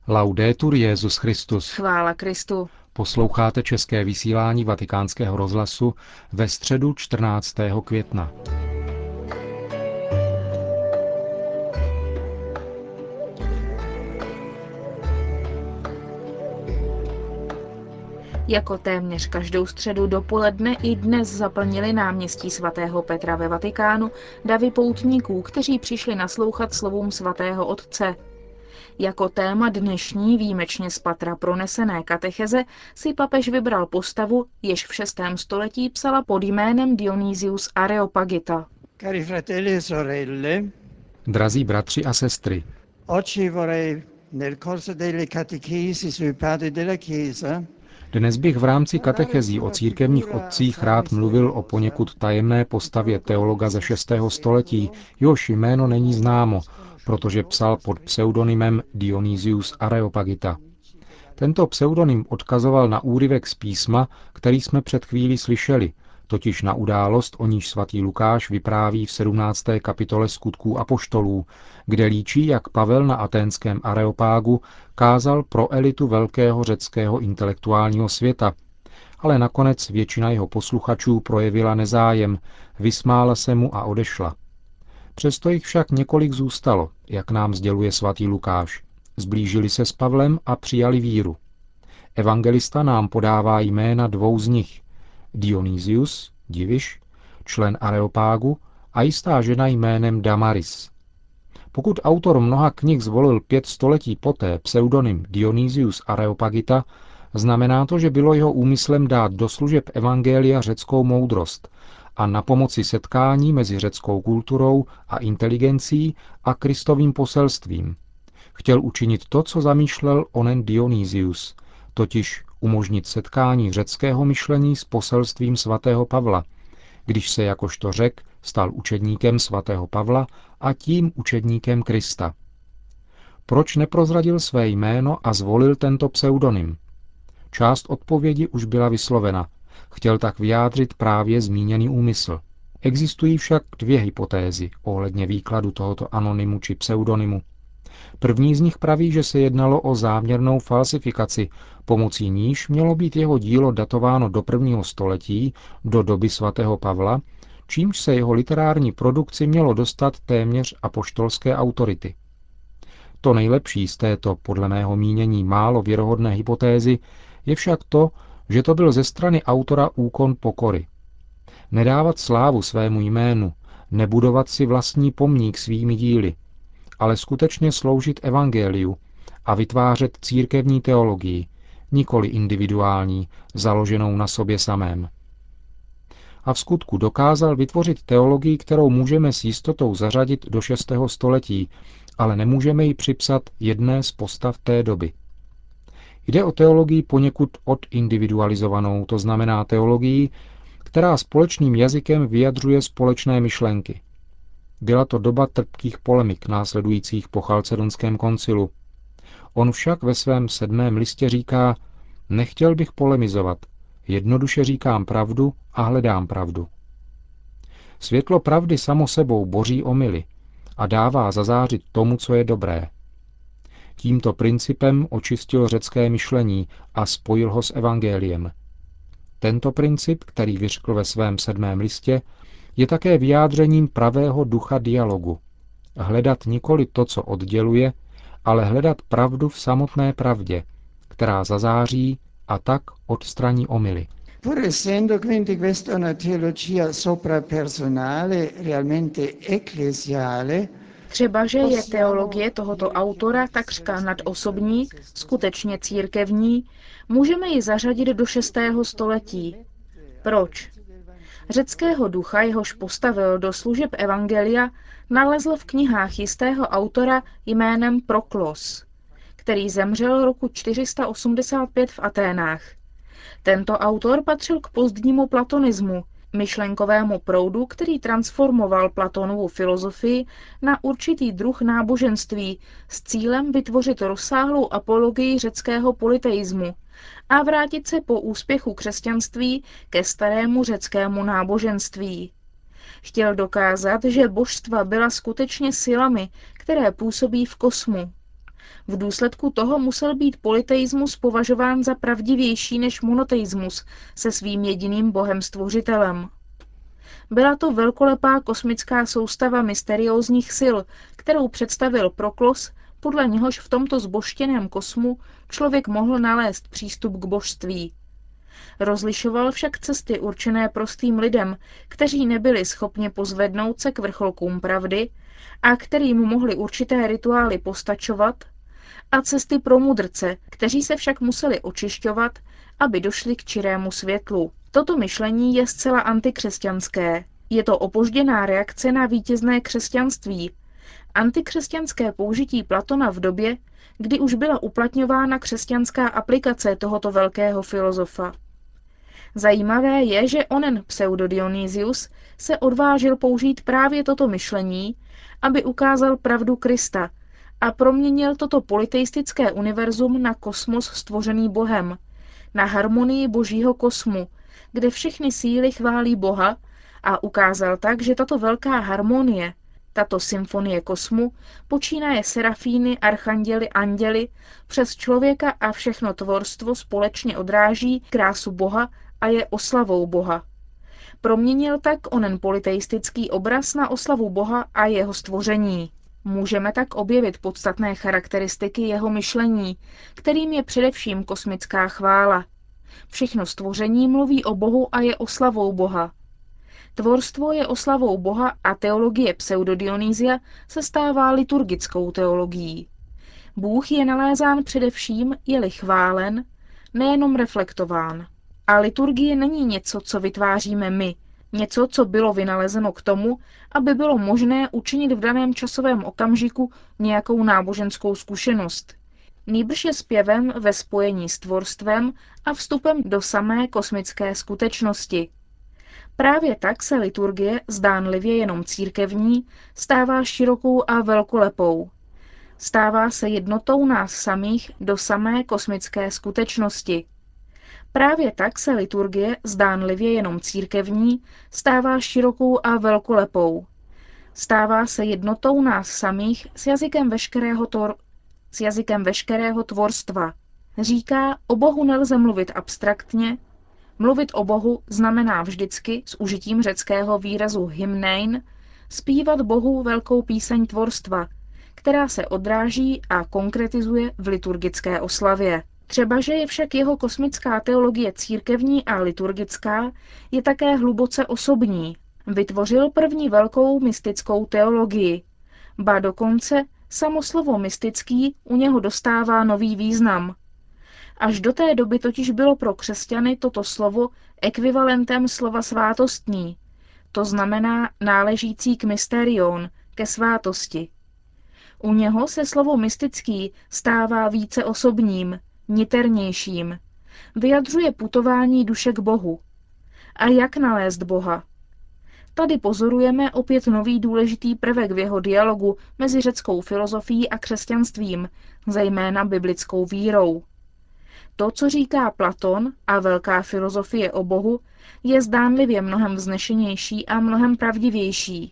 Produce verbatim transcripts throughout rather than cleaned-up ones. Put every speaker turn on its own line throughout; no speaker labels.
Laudetur Jesus Christus.
Chvála Kristu.
Posloucháte české vysílání Vatikánského rozhlasu ve středu čtrnáctého května.
Jako téměř každou středu dopoledne i dnes zaplnili náměstí svatého Petra ve Vatikánu davy poutníků, kteří přišli naslouchat slovům svatého otce. Jako téma dnešní výjimečně z patra pronesené katecheze si papež vybral postavu, jež v šestém století psala pod jménem Dionysius Areopagita.
Cari fratelli e sorelle,
Drazí bratři a sestry,
oggi vorrei nel corso delle catechesi sui padri della Chiesa
dnes bych v rámci katechezí o církevních otcích rád mluvil o poněkud tajemné postavě teologa ze šestého století, jehož jméno není známo, protože psal pod pseudonymem Dionysius Areopagita. Tento pseudonym odkazoval na úryvek z písma, který jsme před chvílí slyšeli, totiž na událost, o níž svatý Lukáš vypráví v sedmnácté kapitole Skutků apoštolů, kde líčí, jak Pavel na aténském Areopágu kázal pro elitu velkého řeckého intelektuálního světa, ale nakonec většina jeho posluchačů projevila nezájem, vysmála se mu a odešla. Přesto jich však několik zůstalo, jak nám sděluje svatý Lukáš. Zblížili se s Pavlem a přijali víru. Evangelista nám podává jména dvou z nich. Dionysius, diviš, člen Areopágu, a jistá žena jménem Damaris. Pokud autor mnoha knih zvolil pět století poté pseudonym Dionysius Areopagita, znamená to, že bylo jeho úmyslem dát do služeb evangelia řeckou moudrost a na pomoci setkání mezi řeckou kulturou a inteligencí a Kristovým poselstvím. Chtěl učinit to, co zamýšlel onen Dionysius, totiž umožnit setkání řeckého myšlení s poselstvím svatého Pavla, když se jakožto Řek stal učedníkem svatého Pavla a tím učedníkem Krista. Proč neprozradil své jméno a zvolil tento pseudonym? Část odpovědi už byla vyslovena. Chtěl tak vyjádřit právě zmíněný úmysl. Existují však dvě hypotézy ohledně výkladu tohoto anonymu či pseudonymu. První z nich praví, že se jednalo o záměrnou falsifikaci, pomocí níž mělo být jeho dílo datováno do prvního století, do doby svatého Pavla, čímž se jeho literární produkci mělo dostat téměř apoštolské autority. To nejlepší z této, podle mého mínění, málo věrohodné hypotézy je však to, že to byl ze strany autora úkon pokory. Nedávat slávu svému jménu, nebudovat si vlastní pomník svými díly, ale skutečně sloužit evangeliu a vytvářet církevní teologii, nikoli individuální, založenou na sobě samém. A v skutku dokázal vytvořit teologii, kterou můžeme s jistotou zařadit do šestého století, ale nemůžeme ji připsat jedné z postav té doby. Jde o teologii poněkud odindividualizovanou, to znamená teologii, která společným jazykem vyjadřuje společné myšlenky. Byla to doba trpkých polemik následujících po Chalcedonském koncilu. On však ve svém sedmém listě říká, nechtěl bych polemizovat, jednoduše říkám pravdu a hledám pravdu. Světlo pravdy samo sebou boří omyly a dává zazářit tomu, co je dobré. Tímto principem očistil řecké myšlení a spojil ho s evangeliem. Tento princip, který vyřkl ve svém sedmém listě, je také vyjádřením pravého ducha dialogu. Hledat nikoli to, co odděluje, ale hledat pravdu v samotné pravdě, která zazáří a tak odstraní omyly.
Pur essendo quindi questa una teologia soprapersonale, realmente ecclesiale,
Třeba, že je teologie tohoto autora takřka nadosobní, skutečně církevní, můžeme ji zařadit do šestého století. Proč? Řeckého ducha, jehož postavil do služeb evangelia, nalezl v knihách jistého autora jménem Proklos, který zemřel roku čtyři sta osmdesát pět v Aténách. Tento autor patřil k pozdnímu platonismu, myšlenkovému proudu, který transformoval Platonovu filozofii na určitý druh náboženství s cílem vytvořit rozsáhlou apologii řeckého polyteismu a vrátit se po úspěchu křesťanství ke starému řeckému náboženství. Chtěl dokázat, že božstva byla skutečně silami, které působí v kosmu. V důsledku toho musel být polyteismus považován za pravdivější než monoteismus se svým jediným bohem stvořitelem. Byla to velkolepá kosmická soustava mysteriózních sil, kterou představil Proklos, podle něhož v tomto zbožtěném kosmu člověk mohl nalézt přístup k božství. Rozlišoval však cesty určené prostým lidem, kteří nebyli schopni pozvednout se k vrcholkům pravdy a kterým mohli určité rituály postačovat, a cesty pro mudrce, kteří se však museli očišťovat, aby došli k čirému světlu. Toto myšlení je zcela antikřesťanské. Je to opožděná reakce na vítězné křesťanství. Antikřesťanské použití Platona v době, kdy už byla uplatňována křesťanská aplikace tohoto velkého filozofa. Zajímavé je, že onen Pseudodionysius se odvážil použít právě toto myšlení, aby ukázal pravdu Krista a proměnil toto polyteistické univerzum na kosmos stvořený Bohem, na harmonii božího kosmu, kde všechny síly chválí Boha, a ukázal tak, že tato velká harmonie, tato symfonie kosmu, počínaje serafíny, archanděli, anděli, přes člověka a všechno tvorstvo společně odráží krásu Boha a je oslavou Boha. Proměnil tak onen polyteistický obraz na oslavu Boha a jeho stvoření. Můžeme tak objevit podstatné charakteristiky jeho myšlení, kterým je především kosmická chvála. Všechno stvoření mluví o Bohu a je oslavou Boha. Tvorstvo je oslavou Boha a teologie Pseudodionysia se stává liturgickou teologií. Bůh je nalézán především, je-li chválen, nejenom reflektován. A liturgie není něco, co vytváříme my, něco, co bylo vynalezeno k tomu, aby bylo možné učinit v daném časovém okamžiku nějakou náboženskou zkušenost. Nýbrž je zpěvem ve spojení s tvorstvem a vstupem do samé kosmické skutečnosti. Právě tak se liturgie, zdánlivě jenom církevní, stává širokou a velkolepou. Stává se jednotou nás samých do samé kosmické skutečnosti. Právě tak se liturgie, zdánlivě jenom církevní, stává širokou a velkolepou. Stává se jednotou nás samých s jazykem veškerého, tor- s jazykem veškerého tvorstva. Říká, o Bohu nelze mluvit abstraktně. Mluvit o Bohu znamená vždycky, s užitím řeckého výrazu hymnein, zpívat Bohu velkou píseň tvorstva, která se odráží a konkretizuje v liturgické oslavě. Třebaže je však jeho kosmická teologie církevní a liturgická, je také hluboce osobní. Vytvořil první velkou mystickou teologii. Ba dokonce samo slovo mystický u něho dostává nový význam. Až do té doby totiž bylo pro křesťany toto slovo ekvivalentem slova svátostný, to znamená náležící k mysterion, ke svátosti. U něho se slovo mystický stává více osobním, niternějším. Vyjadřuje putování duše k Bohu. A jak nalézt Boha? Tady pozorujeme opět nový důležitý prvek v jeho dialogu mezi řeckou filozofií a křesťanstvím, zejména biblickou vírou. To, co říká Platon a velká filozofie o Bohu, je zdánlivě mnohem vznešenější a mnohem pravdivější.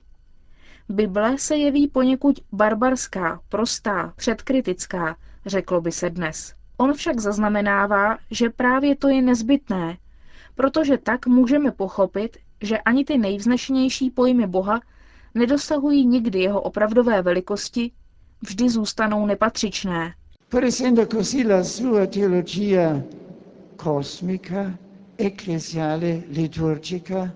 Bible se jeví poněkud barbarská, prostá, předkritická, řeklo by se dnes. On však zaznamenává, že právě to je nezbytné, protože tak můžeme pochopit, že ani ty nejvznešenější pojmy Boha nedosahují nikdy jeho opravdové velikosti, vždy zůstanou nepatřičné.
Pur essendo così la sua teologia cosmica, ecclesiale, liturgica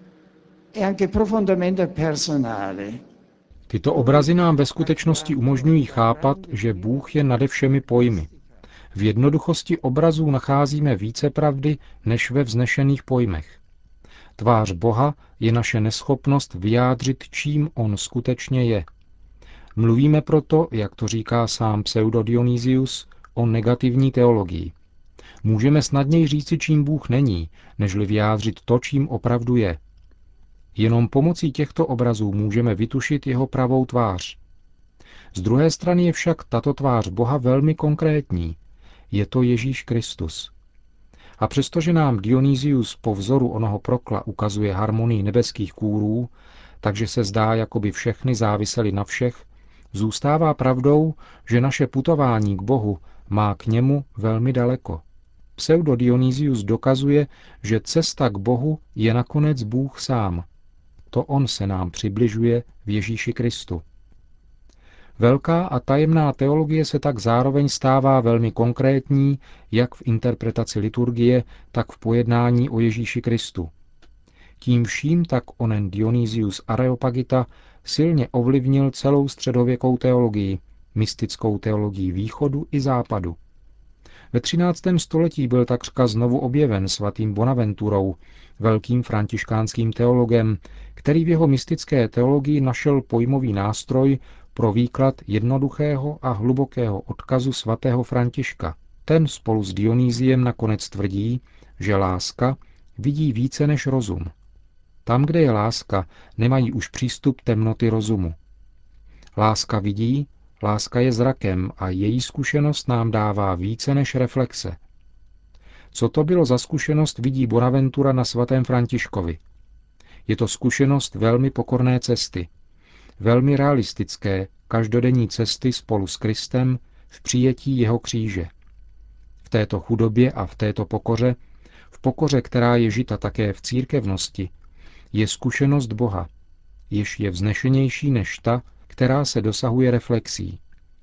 e anche profondamente personale.
Tyto obrazy nám ve skutečnosti umožňují chápat, že Bůh je nade všemi pojmy. V jednoduchosti obrazů nacházíme více pravdy než ve vznešených pojmech. Tvář Boha je naše neschopnost vyjádřit, čím on skutečně je. Mluvíme proto, jak to říká sám Pseudodionysius, o negativní teologii. Můžeme snadněji říci, čím Bůh není, nežli vyjádřit to, čím opravdu je. Jenom pomocí těchto obrazů můžeme vytušit jeho pravou tvář. Z druhé strany je však tato tvář Boha velmi konkrétní. Je to Ježíš Kristus. A přestože nám Dionysius po vzoru onoho Prokla ukazuje harmonii nebeských kůrů, takže se zdá, jako by všechny závisely na všech, Zůstává pravdou, že naše putování k Bohu má k němu velmi daleko. Pseudo-Dionysius dokazuje, že cesta k Bohu je nakonec Bůh sám. To on se nám přibližuje v Ježíši Kristu. Velká a tajemná teologie se tak zároveň stává velmi konkrétní, jak v interpretaci liturgie, tak v pojednání o Ježíši Kristu. Tím vším tak onen Dionysius Areopagita silně ovlivnil celou středověkou teologii, mystickou teologii východu i západu. Ve třináctém století byl takřka znovu objeven svatým Bonaventurou, velkým františkánským teologem, který v jeho mystické teologii našel pojmový nástroj pro výklad jednoduchého a hlubokého odkazu svatého Františka. Ten spolu s Dionýsiem nakonec tvrdí, že láska vidí více než rozum. Tam, kde je láska, nemají už přístup temnoty rozumu. Láska vidí, láska je zrakem a její zkušenost nám dává více než reflexe. Co to bylo za zkušenost, vidí Bonaventura na svatém Františkovi. Je to zkušenost velmi pokorné cesty, velmi realistické, každodenní cesty spolu s Kristem v přijetí jeho kříže. V této chudobě a v této pokoře, v pokoře, která je žita také v církevnosti, je zkušenost Boha, jež je vznešenější než ta, která se dosahuje reflexí.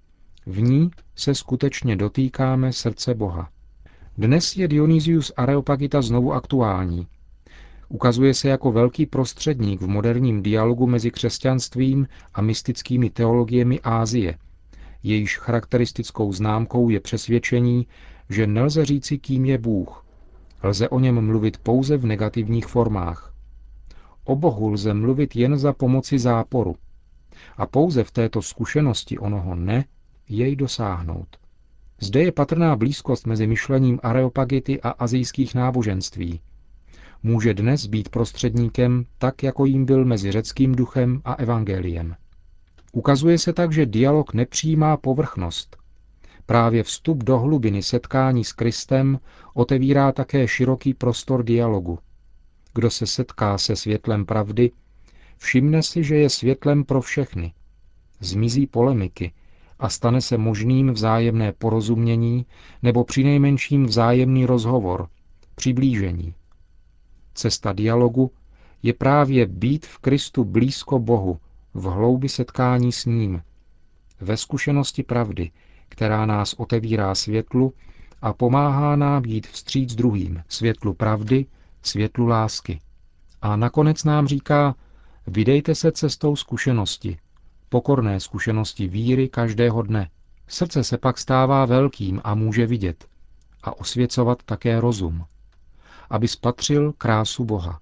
V ní se skutečně dotýkáme srdce Boha. Dnes je Dionysius Areopagita znovu aktuální. Ukazuje se jako velký prostředník v moderním dialogu mezi křesťanstvím a mystickými teologiemi Asie. Jejíž charakteristickou známkou je přesvědčení, že nelze říci, kým je Bůh. Lze o něm mluvit pouze v negativních formách. O Bohu lze mluvit jen za pomoci záporu. A pouze v této zkušenosti onoho ne jej dosáhnout. Zde je patrná blízkost mezi myšlením Areopagity a asijských náboženství. Může dnes být prostředníkem tak, jako jím byl mezi řeckým duchem a evangeliem. Ukazuje se tak, že dialog nepřijímá povrchnost. Právě vstup do hlubiny setkání s Kristem otevírá také široký prostor dialogu. Kdo se setká se světlem pravdy, všimne si, že je světlem pro všechny. Zmizí polemiky a stane se možným vzájemné porozumění nebo přinejmenším vzájemný rozhovor, přiblížení. Cesta dialogu je právě být v Kristu blízko Bohu, v hloubi setkání s ním, ve zkušenosti pravdy, která nás otevírá světlu a pomáhá nám jít vstříc druhým, světlu pravdy, světlu lásky. A nakonec nám říká, vydejte se cestou zkušenosti, pokorné zkušenosti víry každého dne. Srdce se pak stává velkým a může vidět a osvěcovat také rozum, aby spatřil krásu Boha.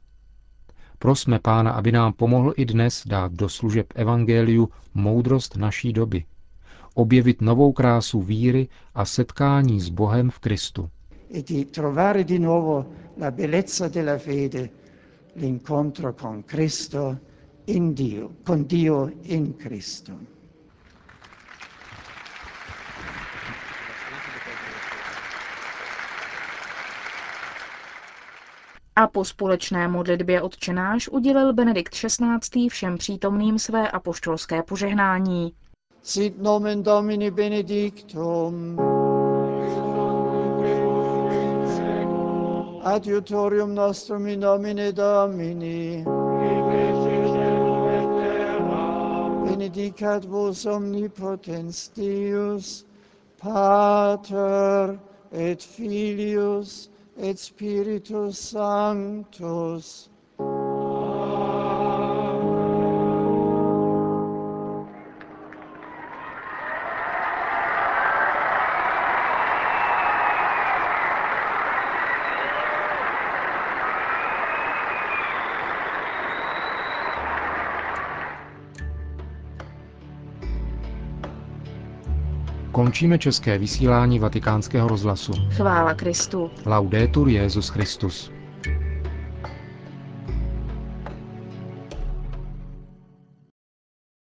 Prosme Pána, aby nám pomohl i dnes dát do služeb evangeliu moudrost naší doby, objevit novou krásu víry a setkání s Bohem v Kristu.
E di trovare di nuovo la bellezza della fede, l'incontro con Cristo in Dio, con Dio in Cristo.
A po společné modlitbě Otčenáš udělil Benedikt šestnáctý všem přítomným své apoštolské požehnání.
Sit nomen Domini benedictum. Adiutorium nostrum in nomine Domini. Benedicat vos omnipotens Deus, Pater et Filius et Spiritus Sanctus.
Končíme české vysílání Vatikánského rozhlasu.
Chvála Kristu.
Laudetur Jesus Christus.